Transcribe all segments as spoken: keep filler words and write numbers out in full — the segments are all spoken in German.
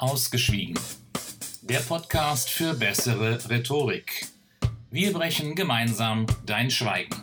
Ausgeschwiegen. Der Podcast für bessere Rhetorik. Wir brechen gemeinsam dein Schweigen.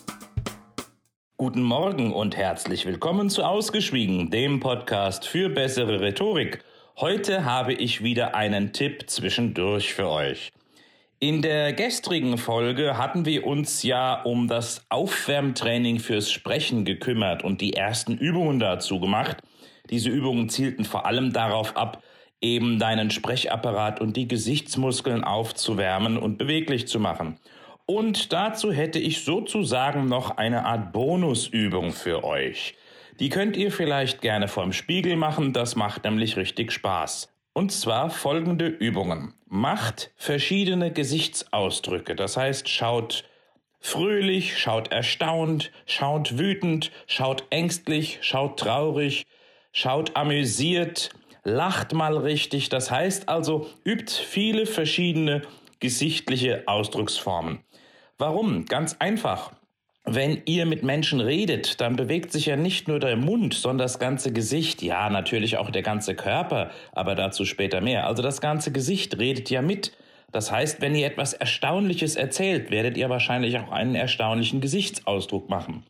Guten Morgen und herzlich willkommen zu Ausgeschwiegen, dem Podcast für bessere Rhetorik. Heute habe ich wieder einen Tipp zwischendurch für euch. In der gestrigen Folge hatten wir uns ja um das Aufwärmtraining fürs Sprechen gekümmert und die ersten Übungen dazu gemacht. Diese Übungen zielten vor allem darauf ab, eben deinen Sprechapparat und die Gesichtsmuskeln aufzuwärmen und beweglich zu machen. Und dazu hätte ich sozusagen noch eine Art Bonusübung für euch. Die könnt ihr vielleicht gerne vorm Spiegel machen, das macht nämlich richtig Spaß. Und zwar folgende Übungen. Macht verschiedene Gesichtsausdrücke, das heißt, schaut fröhlich, schaut erstaunt, schaut wütend, schaut ängstlich, schaut traurig, schaut amüsiert, lacht mal richtig, das heißt also, übt viele verschiedene gesichtliche Ausdrucksformen. Warum? Ganz einfach. Wenn ihr mit Menschen redet, dann bewegt sich ja nicht nur der Mund, sondern das ganze Gesicht. Ja, natürlich auch der ganze Körper, aber dazu später mehr. Also das ganze Gesicht redet ja mit. Das heißt, wenn ihr etwas Erstaunliches erzählt, werdet ihr wahrscheinlich auch einen erstaunlichen Gesichtsausdruck machen.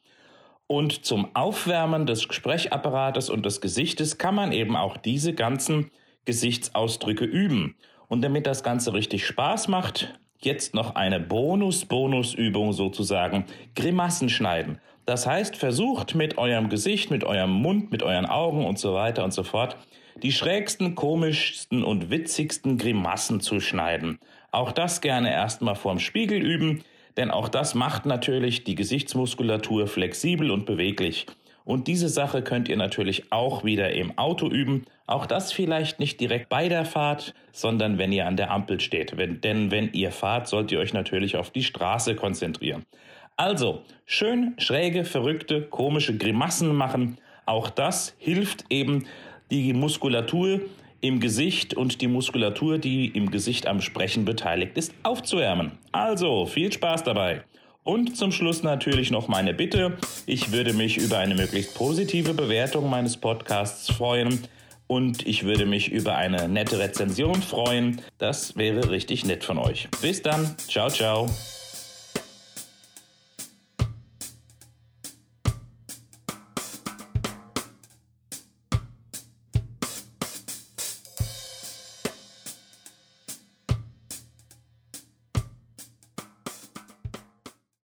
Und zum Aufwärmen des Sprechapparates und des Gesichtes kann man eben auch diese ganzen Gesichtsausdrücke üben. Und damit das Ganze richtig Spaß macht, jetzt noch eine Bonus-Bonus-Übung sozusagen, Grimassen schneiden. Das heißt, versucht mit eurem Gesicht, mit eurem Mund, mit euren Augen und so weiter und so fort, die schrägsten, komischsten und witzigsten Grimassen zu schneiden. Auch das gerne erstmal vorm Spiegel üben, denn auch das macht natürlich die Gesichtsmuskulatur flexibel und beweglich. Und diese Sache könnt ihr natürlich auch wieder im Auto üben. Auch das vielleicht nicht direkt bei der Fahrt, sondern wenn ihr an der Ampel steht. Wenn, denn wenn ihr fahrt, sollt ihr euch natürlich auf die Straße konzentrieren. Also, schön schräge, verrückte, komische Grimassen machen. Auch das hilft eben, die Muskulatur im Gesicht und die Muskulatur, die im Gesicht am Sprechen beteiligt ist, aufzuwärmen. Also, viel Spaß dabei. Und zum Schluss natürlich noch meine Bitte. Ich würde mich über eine möglichst positive Bewertung meines Podcasts freuen. Und ich würde mich über eine nette Rezension freuen. Das wäre richtig nett von euch. Bis dann. Ciao, ciao.